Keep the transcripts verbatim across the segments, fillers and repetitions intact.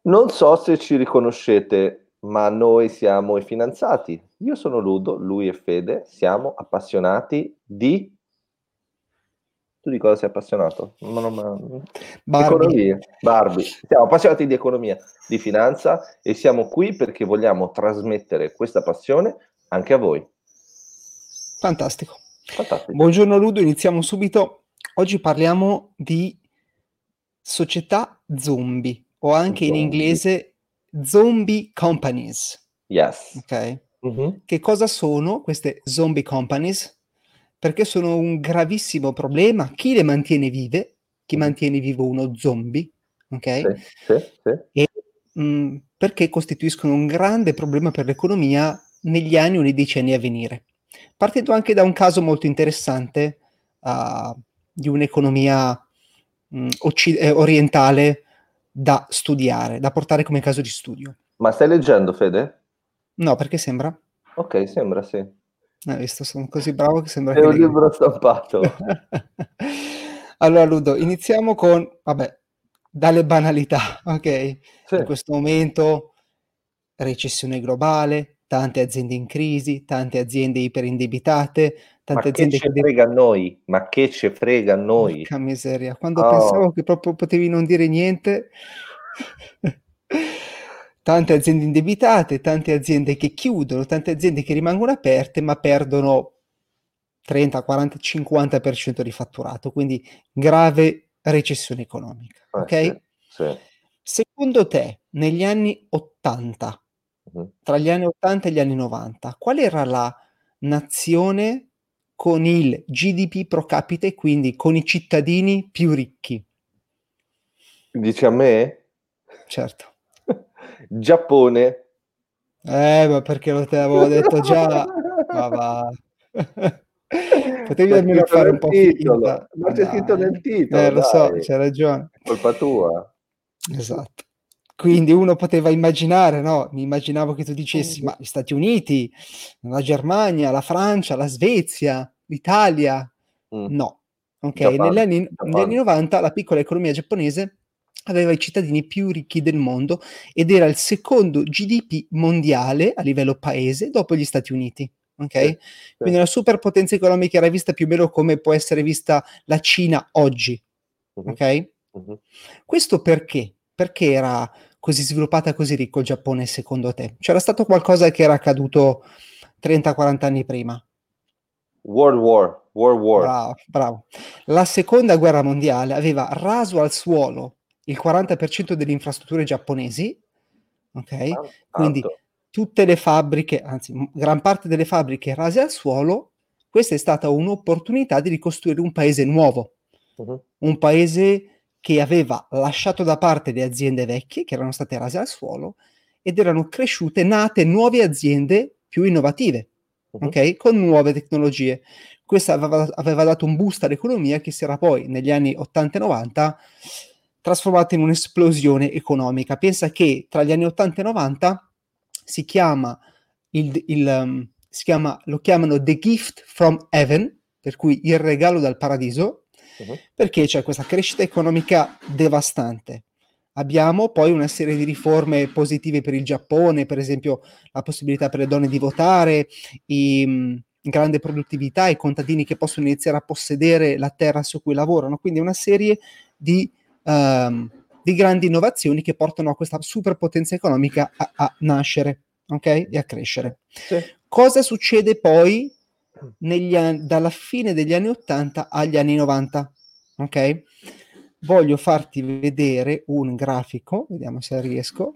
Non so se ci riconoscete, ma noi siamo i fidanzati. Io sono Ludo, lui è Fede, siamo appassionati di tu di cosa sei appassionato? Ma non ma Barbie. economia, Barbie. Siamo appassionati di economia, di finanza e siamo qui perché vogliamo trasmettere questa passione anche a voi. Fantastico. Fantastico. Buongiorno Ludo, iniziamo subito. Oggi parliamo di società zombie o anche in Zombie. inglese zombie companies. Yes. Ok? Mh-mh. Che cosa sono queste zombie companies? Perché sono un gravissimo problema. Chi le mantiene vive? Chi Mh-mh. mantiene vivo uno zombie? Ok? Sì, sì, sì. E mh, perché costituiscono un grande problema per l'economia negli anni o nei decenni a venire. Partendo anche da un caso molto interessante uh, di un'economia mh, occ- eh, orientale da studiare, da portare come caso di studio. Ma stai leggendo, Fede? No, perché sembra? Okay, sembra sì. Hai visto, sono così bravo che sembra È che un leggo. libro stampato. Allora Ludo, iniziamo con, vabbè, dalle banalità, ok? Sì. In questo momento recessione globale, tante aziende in crisi, tante aziende iperindebitate, tante Ma che aziende ce che de frega a noi? Ma che ce frega a noi? porca miseria, quando Oh. pensavo che proprio potevi non dire niente. Tante aziende indebitate, tante aziende che chiudono, tante aziende che rimangono aperte ma perdono trenta, quaranta, cinquanta per cento di fatturato, quindi grave recessione economica, Eh sì, ok? sì. Secondo te, negli anni ottanta, Mh-mh. tra gli anni ottanta e gli anni novanta, qual era la nazione con il G D P pro capite, quindi con i cittadini più ricchi? Dici a me? Certo. Giappone. Eh, ma perché lo te l'avevo detto già? Ma va. Potevi C'è almeno scritto fare un nel po' titolo, finta. ma Ma c'è scritto dai. nel titolo, Eh, lo so, dai. c'hai ragione. Colpa tua. Esatto. Quindi uno poteva immaginare, no, mi immaginavo che tu dicessi: "Ma gli Stati Uniti, la Germania, la Francia, la Svezia, l'Italia". Mh. No. Okay, negli Japan, anni negli anni Japan. novanta la piccola economia giapponese aveva i cittadini più ricchi del mondo ed era il secondo G D P mondiale a livello paese dopo gli Stati Uniti, Sì, okay? sì. Quindi una superpotenza economica era vista più o meno come può essere vista la Cina oggi, Mh-mh. okay? Mh-mh. Questo perché? Perché era così sviluppata e così ricco il Giappone secondo te? C'era stato qualcosa che era accaduto trenta, quaranta anni prima? World War, World War. Bravo, bravo. La seconda guerra mondiale aveva raso al suolo il quaranta per cento delle infrastrutture giapponesi, okay, Tan quindi tanto. tutte le fabbriche, anzi m gran parte delle fabbriche rase al suolo, questa è stata un'opportunità di ricostruire un paese nuovo, Mh-mh. un paese che aveva lasciato da parte le aziende vecchie, che erano state rase al suolo, ed erano cresciute, nate nuove aziende più innovative, Mh-mh. okay, con nuove tecnologie. Questa aveva aveva dato un boost all'economia che si era poi negli anni 'ottanta e 'novanta trasformata in un'esplosione economica. Pensa che tra gli anni 'ottanta e 'novanta si chiama il d il mhmm, si chiama lo chiamano "The Gift from Heaven", per cui il regalo dal paradiso, Mh-mh. perché c'è questa crescita economica devastante. Abbiamo poi una serie di riforme positive per il Giappone, per esempio la possibilità per le donne di votare, i mhmm, grande produttività, i contadini che possono iniziare a possedere la terra su cui lavorano, quindi una serie di uhm, di grandi innovazioni che portano a questa superpotenza economica a a nascere, okay, e a Sì, crescere. sì. Cosa succede poi negli an dalla fine degli anni 'ottanta agli anni 'novanta, okay? Voglio farti vedere un grafico, vediamo se riesco.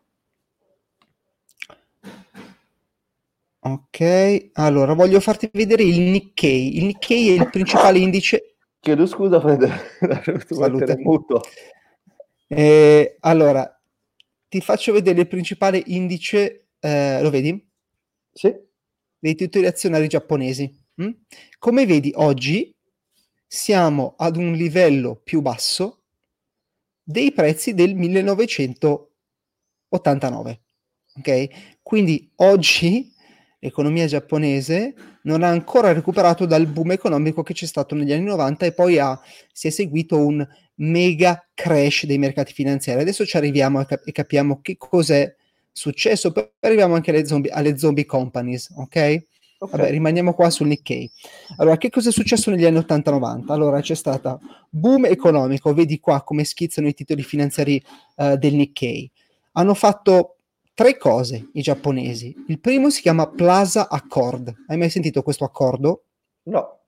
Okay, allora voglio farti vedere il Nikkei. Il Nikkei è il principale indice. Chiedo scusa Fede, l'avevo dovuto mettere Salute. muto. Ehm, allora, ti faccio vedere il principale indice, ehm, lo vedi? Sì. Dei titoli azionari giapponesi, mh? Come vedi oggi siamo ad un livello più basso dei prezzi del millenovecentottantanove, okay? Quindi oggi l'economia giapponese non ha ancora recuperato dal boom economico che c'è stato negli anni 'novanta e poi ha si è seguito un mega crash dei mercati finanziari. Adesso ci arriviamo a cap- e capiamo che cos'è successo, poi arriviamo anche alle zombie, alle zombie companies, ok? Ok. Vabbè, rimaniamo qua sul Nikkei. Allora, che cosa è successo negli anni ottanta novanta? Allora, c'è stato boom economico, vedi qua come schizzano i titoli finanziari uh, del Nikkei. Hanno fatto tre cose i giapponesi. Il primo si chiama Plaza Accord. Hai mai sentito questo accordo? No.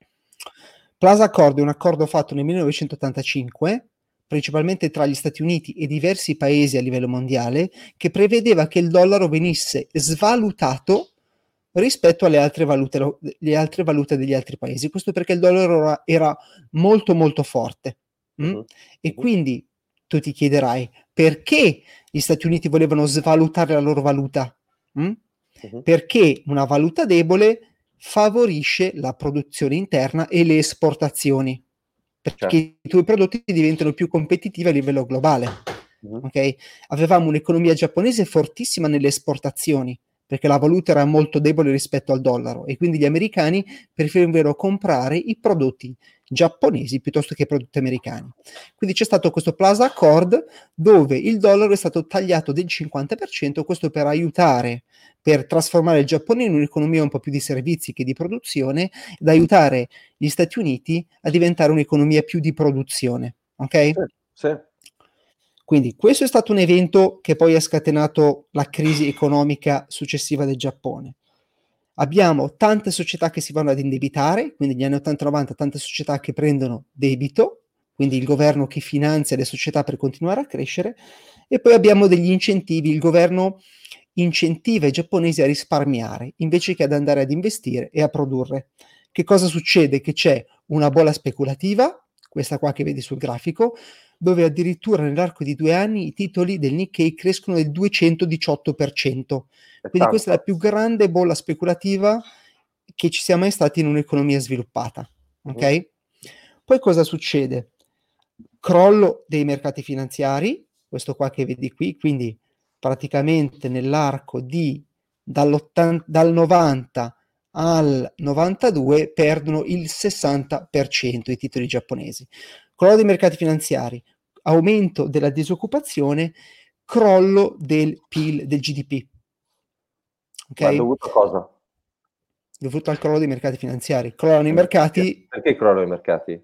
Plaza Accord è un accordo fatto nel millenovecentottantacinque, principalmente tra gli Stati Uniti e diversi paesi a livello mondiale, che prevedeva che il dollaro venisse svalutato rispetto alle altre valute, le altre valute degli altri paesi. Questo perché il dollaro era, era molto molto forte. Mm? Uh-huh. E Uh-huh. quindi tu ti chiederai perché gli Stati Uniti volevano svalutare la loro valuta? Mm? Uh-huh. Perché una valuta debole favorisce la produzione interna e le esportazioni, perché certo. i tuoi prodotti diventano più competitivi a livello globale. Uh-huh. Okay? Avevamo un'economia giapponese fortissima nelle esportazioni, perché la valuta era molto debole rispetto al dollaro e quindi gli americani preferivano comprare i prodotti giapponesi piuttosto che i prodotti americani. Quindi c'è stato questo Plaza Accord dove il dollaro è stato tagliato del cinquanta per cento, questo per aiutare, per trasformare il Giappone in un'economia un po' più di servizi che di produzione, ed aiutare gli Stati Uniti a diventare un'economia più di produzione. Ok? Sì, sì. Quindi questo è stato un evento che poi ha scatenato la crisi economica successiva del Giappone. Abbiamo tante società che si vanno ad indebitare, quindi negli anni ottanta novanta tante società che prendono debito, quindi il governo che finanzia le società per continuare a crescere, e poi abbiamo degli incentivi, il governo incentiva i giapponesi a risparmiare invece che ad andare ad investire e a produrre. Che cosa succede? Che c'è una bolla speculativa, questa qua che vedi sul grafico, dove addirittura nell'arco di due anni i titoli del Nikkei crescono del duecentodiciotto per cento. Quindi tanto. Questa è la più grande bolla speculativa che ci sia mai stata in un'economia sviluppata. Ok? Uh-huh. Poi cosa succede? Crollo dei mercati finanziari, questo qua che vedi qui, quindi praticamente nell'arco di dal novanta al novantadue perdono il sessanta per cento i titoli giapponesi. Crollo dei mercati finanziari, aumento della disoccupazione, crollo del P I L, del G D P. Okay? Ma dovuto a cosa? Dovuto al crollo dei mercati finanziari. Crollano i mercati... Perché crollano i mercati?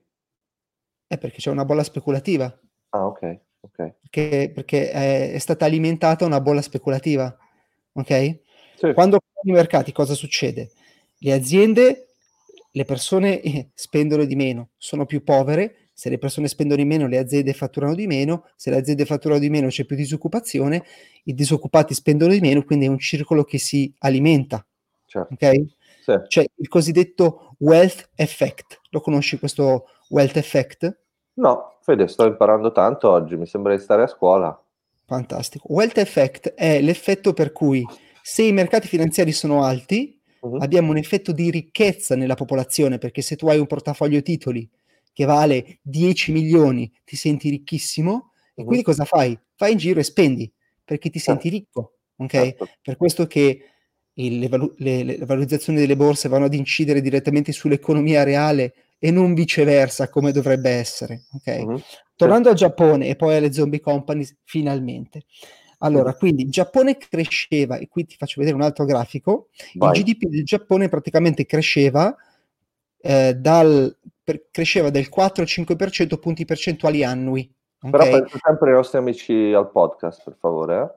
È perché c'è una bolla speculativa. Ah, ok. Okay. Perché, perché è, è stata alimentata una bolla speculativa. Ok? Sì. Quando i mercati cosa succede? Le aziende, le persone eh, spendono di meno, sono più povere. Se le persone spendono di meno, le aziende fatturano di meno. Se le aziende fatturano di meno, c'è più disoccupazione. I disoccupati spendono di meno, quindi è un circolo che si alimenta. Certo. Ok? Sì. C'è il cosiddetto wealth effect. Lo conosci questo wealth effect? No, Fede, sto imparando tanto oggi, mi sembra di stare a scuola. Fantastico. Wealth effect è l'effetto per cui se i mercati finanziari sono alti, uh-huh. abbiamo un effetto di ricchezza nella popolazione, perché se tu hai un portafoglio titoli che vale dieci milioni, ti senti ricchissimo, uh-huh. e quindi cosa fai? Vai in giro e spendi, perché ti senti ricco, ok? Certo. Per questo che il, le, valu- le, le valorizzazioni delle borse vanno ad incidere direttamente sull'economia reale e non viceversa, come dovrebbe essere, ok? Uh-huh. Tornando al Giappone e poi alle zombie companies, finalmente. Allora, uh-huh. quindi il Giappone cresceva, e qui ti faccio vedere un altro grafico, Vai. Il G D P del Giappone praticamente cresceva, eh, dal, per, cresceva del quattro cinque per cento punti percentuali annui. Okay? Però penso sempre ai nostri amici al podcast, per favore, eh?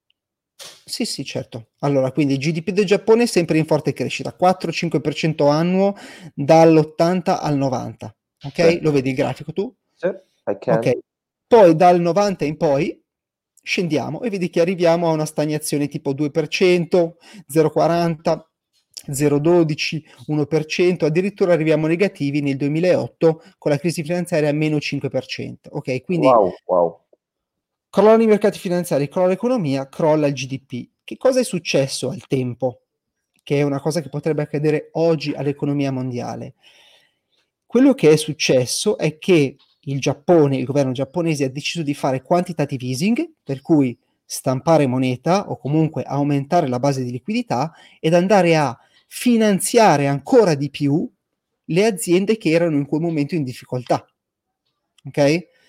Sì, sì, certo. Allora, quindi il G D P del Giappone è sempre in forte crescita, quattro cinque per cento annuo dall'ottanta al novanta. Ok? Sì. Lo vedi il grafico tu? Sì, I can. Ok. Poi dal novanta in poi scendiamo e vedi che arriviamo a una stagnazione tipo due per cento, zero virgola quaranta, zero virgola dodici, uno per cento, addirittura arriviamo negativi nel duemilaotto con la crisi finanziaria a meno cinque per cento. Ok, quindi wow, wow. crollano i mercati finanziari, crolla l'economia, crolla il G D P. Che cosa è successo al tempo? Che è una cosa che potrebbe accadere oggi all'economia mondiale. Quello che è successo è che il Giappone, il governo giapponese ha deciso di fare quantitative easing, per cui stampare moneta o comunque aumentare la base di liquidità ed andare a finanziare ancora di più le aziende che erano in quel momento in difficoltà. Ok?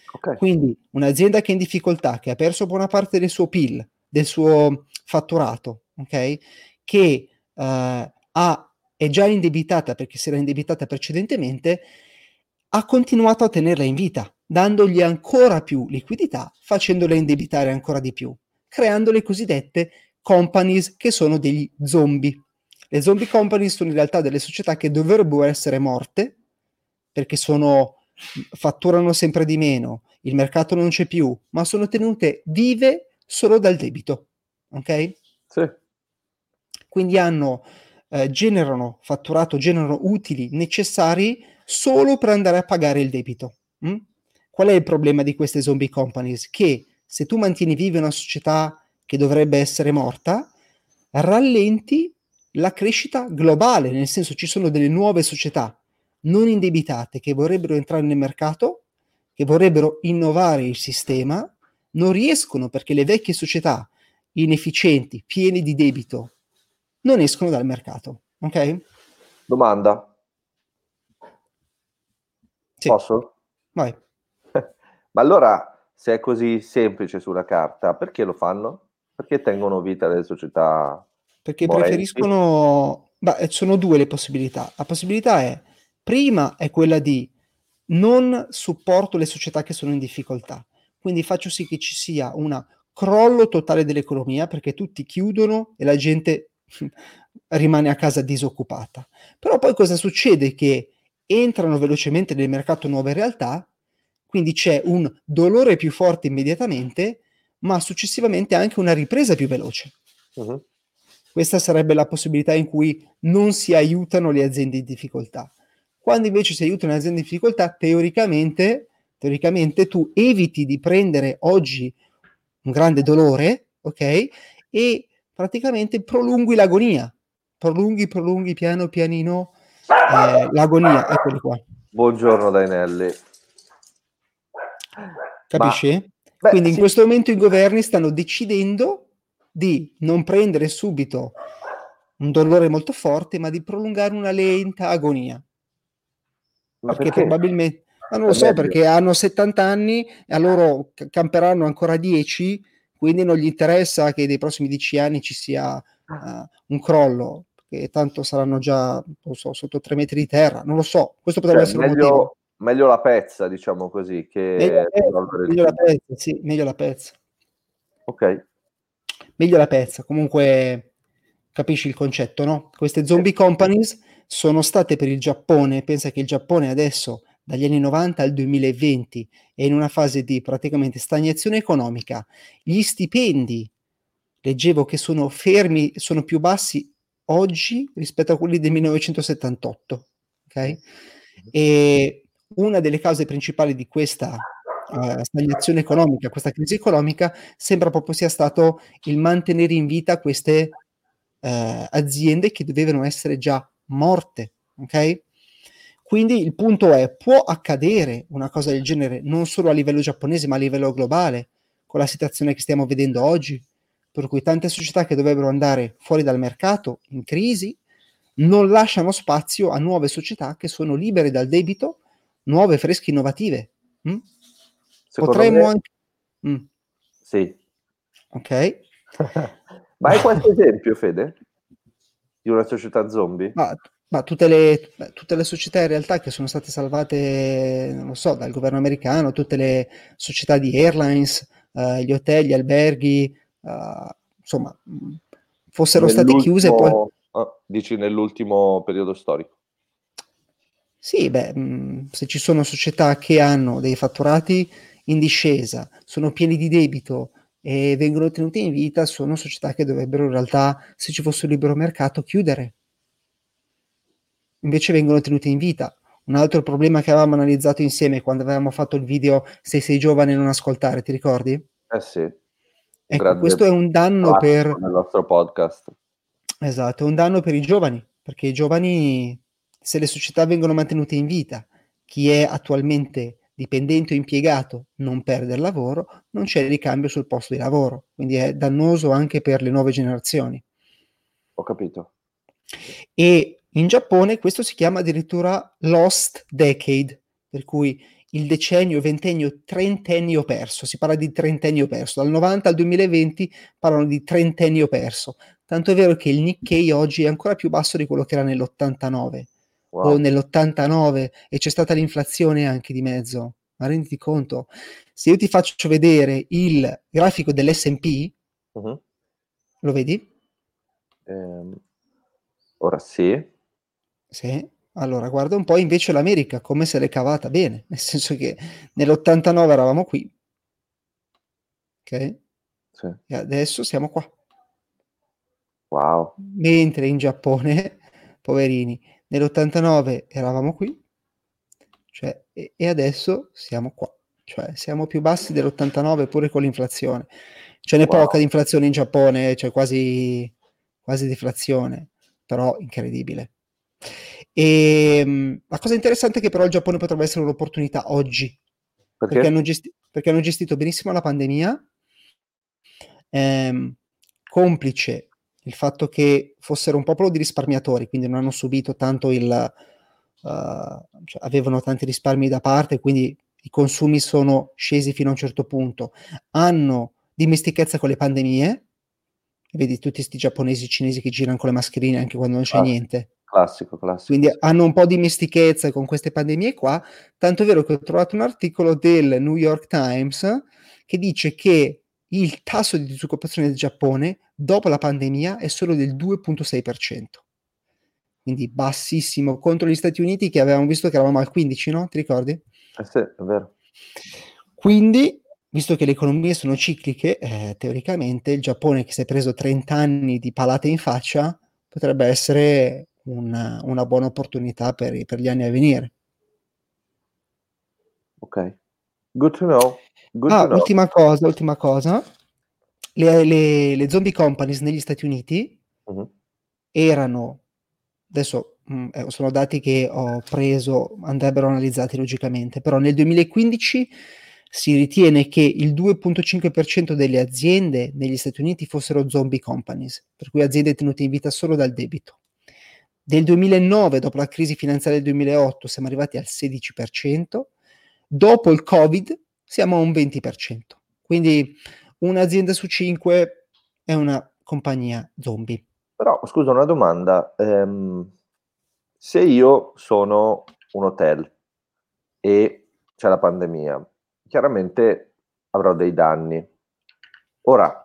Okay. Quindi un'azienda che è in difficoltà, che ha perso buona parte del suo P I L, del suo fatturato, ok? Che eh, ha, è già indebitata perché si era indebitata precedentemente, ha continuato a tenerla in vita, dandogli ancora più liquidità, facendola indebitare ancora di più, creando le cosiddette companies che sono degli zombie. Le zombie companies sono in realtà delle società che dovrebbero essere morte perché sono, fatturano sempre di meno, il mercato non c'è più, ma sono tenute vive solo dal debito, ok? Sì. Quindi hanno, eh, generano fatturato, generano utili necessari solo per andare a pagare il debito. Mm? Qual è il problema di queste zombie companies? Che se tu mantieni viva una società che dovrebbe essere morta, rallenti la crescita globale, nel senso ci sono delle nuove società non indebitate che vorrebbero entrare nel mercato, che vorrebbero innovare il sistema, non riescono perché le vecchie società inefficienti, piene di debito, non escono dal mercato. Ok? Domanda. Sì. Posso? Vai. Ma allora, se è così semplice sulla carta, perché lo fanno? Perché tengono vita le società Perché morenti? preferiscono... Beh, sono due le possibilità. La possibilità è, prima è quella di non supporto le società che sono in difficoltà, quindi faccio sì che ci sia un crollo totale dell'economia perché tutti chiudono e la gente rimane a casa disoccupata. Però poi cosa succede? Che entrano velocemente nel mercato nuove realtà, quindi c'è un dolore più forte immediatamente, ma successivamente anche una ripresa più veloce. Uh-huh. Questa sarebbe la possibilità in cui non si aiutano le aziende in difficoltà. Quando invece si aiutano le aziende in difficoltà, teoricamente, teoricamente tu eviti di prendere oggi un grande dolore, ok? E praticamente prolunghi l'agonia. Prolunghi, prolunghi piano pianino eh, l'agonia. Eccoli qua. Buongiorno Dainelli. Ma, Capisci? beh, Quindi in sì. questo momento i governi stanno decidendo di non prendere subito un dolore molto forte, ma di prolungare una lenta agonia. Ma Perché perché? probabilmente, ma non È lo so, meglio. perché hanno settanta anni e a loro c- camperanno ancora dieci, quindi non gli interessa che nei prossimi dieci anni ci sia uh, un crollo, perché tanto saranno già, non so, sotto tre metri di terra, non lo so, questo potrebbe Cioè, essere un motivo. meglio, meglio la pezza, diciamo così, Meglio la che pezza, risolvere il meglio la tutto. pezza, sì, meglio la pezza. Ok. Meglio la pezza, comunque capisci il concetto, no? Queste Sì. zombie companies sono state per il Giappone, pensa che il Giappone adesso, dagli anni novanta al duemilaventi, è in una fase di praticamente stagnazione economica. Gli stipendi, leggevo che sono fermi, sono più bassi oggi rispetto a quelli del millenovecentosettantotto, ok? E una delle cause principali di questa uh, stagnazione economica, questa crisi economica, sembra proprio sia stato il mantenere in vita queste uh, aziende che dovevano essere già morte, ok? Quindi il punto è, può accadere una cosa del genere non solo a livello giapponese, ma a livello globale, con la situazione che stiamo vedendo oggi, per cui tante società che dovrebbero andare fuori dal mercato in crisi non lasciano spazio a nuove società che sono libere dal debito, nuove, fresche, innovative. Mm? Secondo Potremmo me, anche... Mm. sì. Ok. Ma hai qualche esempio, Fede? Di una società zombie? Ma, ma tutte, le, beh, tutte le società in realtà che sono state salvate, non lo so, dal governo americano, tutte le società di airlines, eh, gli hotel, gli alberghi, eh, insomma, mh, fossero state chiuse poi... Nell'ultimo, ah, dici nell'ultimo periodo storico. Sì, beh, mh, se ci sono società che hanno dei fatturati in discesa, sono pieni di debito e vengono tenute in vita, sono società che dovrebbero in realtà, se ci fosse un libero mercato, chiudere. Invece vengono tenute in vita. Un altro problema che avevamo analizzato insieme quando avevamo fatto il video Se sei giovane non ascoltare, ti ricordi? Eh sì, un Ecco, grande questo è un danno classico per... del nostro podcast. Esatto, è un danno per i giovani, perché i giovani, se le società vengono mantenute in vita, chi è attualmente dipendente o impiegato non perde il lavoro, non c'è ricambio sul posto di lavoro, quindi è dannoso anche per le nuove generazioni. Ho capito. E in Giappone questo si chiama addirittura Lost Decade, per cui il decennio, ventennio, trentennio perso. Si parla di trentennio perso. Dal novanta al duemilaventi parlano di trentennio perso. Tanto è vero che il Nikkei oggi è ancora più basso di quello che era nell'ottantanove Wow. o nell'ottantanove, e c'è stata l'inflazione anche di mezzo. Ma renditi conto, se io ti faccio vedere il grafico dell'esse and pi, Mhm. lo vedi? Ehm, ora sì. Sì. Allora, guarda un po' invece l'America, come se l'è cavata bene, nel senso che nell'ottantanove eravamo qui, ok? Sì. E adesso siamo qua. Wow. Mentre in Giappone, poverini, nell'ottantanove eravamo qui, cioè, e, e adesso siamo qua. Cioè, siamo più bassi dell'ottantanove pure con l'inflazione. Ce n'è Wow. poca di inflazione in Giappone, c'è quasi, quasi deflazione, però incredibile. E mh, la cosa interessante è che però il Giappone potrebbe essere un'opportunità oggi, perché Perché? hanno, gesti- perché hanno gestito benissimo la pandemia, ehm, complice il fatto che fossero un popolo di risparmiatori, quindi non hanno subito tanto il... uh, cioè avevano tanti risparmi da parte, quindi i consumi sono scesi fino a un certo punto. Hanno dimestichezza con le pandemie, vedi tutti questi giapponesi, cinesi che girano con le mascherine anche quando non c'è Classico, niente. classico, classico. Quindi hanno un po' di dimestichezza con queste pandemie qua, tanto è vero che ho trovato un articolo del New York Times che dice che il tasso di disoccupazione del Giappone dopo la pandemia è solo del due virgola sei per cento. Quindi bassissimo contro gli Stati Uniti, che avevamo visto che eravamo al quindici, no? Ti ricordi? Eh sì, è vero. Quindi, visto che le economie sono cicliche, eh, teoricamente il Giappone, che si è preso trenta anni di palate in faccia, potrebbe essere una, una buona opportunità per, per gli anni a venire. Ok. Good to know. Good to Ah, know. ultima cosa, ultima cosa. Le, le, le zombie companies negli Stati Uniti Mhm. erano, adesso mh, eh, sono dati che ho preso, andrebbero analizzati logicamente, però nel duemilaquindici si ritiene che il due virgola cinque per cento delle aziende negli Stati Uniti fossero zombie companies, per cui aziende tenute in vita solo dal debito. Del duemilanove, dopo la crisi finanziaria del duemilaotto, siamo arrivati al sedici per cento, dopo il Covid siamo a un venti per cento. Quindi un'azienda su cinque è una compagnia zombie. Però, scusa, una domanda. Ehm, se io sono un hotel e c'è la pandemia, chiaramente avrò dei danni. Ora,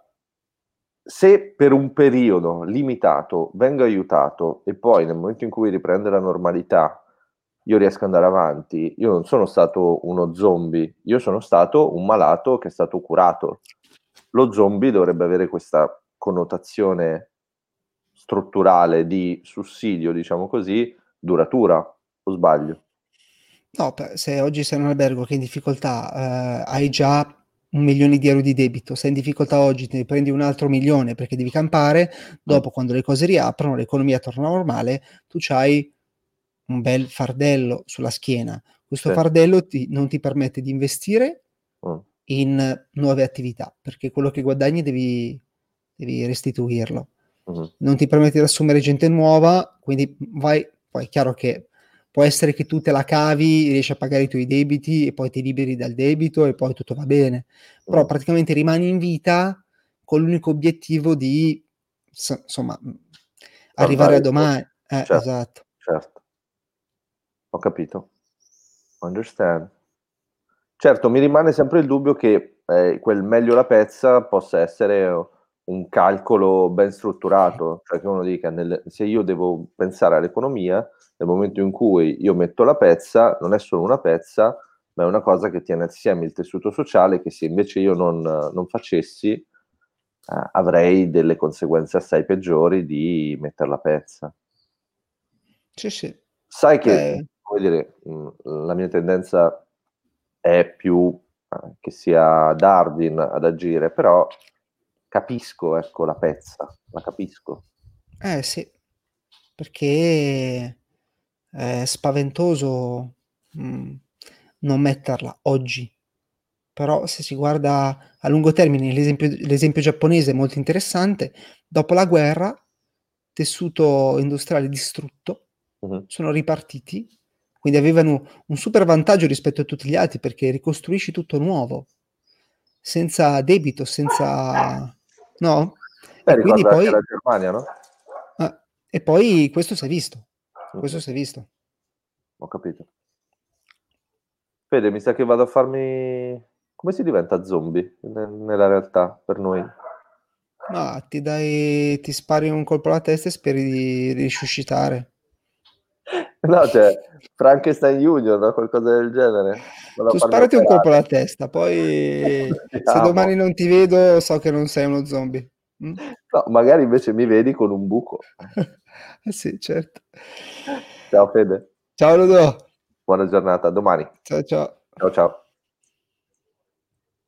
se per un periodo limitato vengo aiutato e poi nel momento in cui riprende la normalità io riesco ad andare avanti, io non sono stato uno zombie, io sono stato un malato che è stato curato. Lo zombie dovrebbe avere questa connotazione strutturale di sussidio, diciamo così, duratura, o sbaglio? No, per- se oggi sei in un albergo che è in difficoltà, eh, hai già un milione di euro di debito, sei in difficoltà oggi, te ne prendi un altro milione perché devi campare, dopo Mm. quando le cose riaprono, l'economia torna normale, tu c'hai un bel fardello sulla schiena. Questo Sì. fardello ti- non ti permette di investire Mm. in nuove attività, perché quello che guadagni devi, devi restituirlo. Mhm. Non ti permette di assumere gente nuova, quindi vai, poi è chiaro che può essere che tu te la cavi, riesci a pagare i tuoi debiti e poi ti liberi dal debito e poi tutto va bene, però Mm. praticamente rimani in vita con l'unico obiettivo di, so- insomma, arrivare Salvare a il posto. domani. Eh, Certo, esatto. certo, ho capito. Understand. Certo, mi rimane sempre il dubbio che eh, quel meglio la pezza possa essere un calcolo ben strutturato, cioè che uno dica, nel- se io devo pensare all'economia, nel momento in cui io metto la pezza, non è solo una pezza, ma è una cosa che tiene assieme il tessuto sociale, che se invece io non, non facessi, eh, avrei delle conseguenze assai peggiori di mettere la pezza. Sì, sì. Sai che, Eh, come dire, mh, la mia tendenza è più eh, che sia Darwin ad agire, però capisco, ecco, la pezza, la capisco. eh sì, perché è spaventoso mh, non metterla oggi. Però se si guarda a lungo termine, l'esempio, l'esempio giapponese è molto interessante. Dopo la guerra, tessuto industriale distrutto, Mhm. sono ripartiti, quindi avevano un super vantaggio rispetto a tutti gli altri, perché ricostruisci tutto nuovo, senza debito, senza no? Beh, E quindi ricorda anche poi la Germania, no? ah, e poi questo si è visto, questo Mh-mh. si è visto. Ho capito. Fede, mi sa che vado a farmi come si diventa zombie ne nella realtà per noi? Ma ti dai ti spari un colpo alla testa e speri di risuscitare. No, cioè Frankenstein Junior, no, qualcosa del genere. Vado a Tu farmi sparati un colpo alla operare. testa, poi se Speriamo. domani non ti vedo so che non sei uno zombie. Mh? No, magari invece mi vedi con un buco. Eh sì, certo. Ciao Fede, Ciao Ludo. buona giornata, a domani. Ciao, ciao. Ciao, ciao.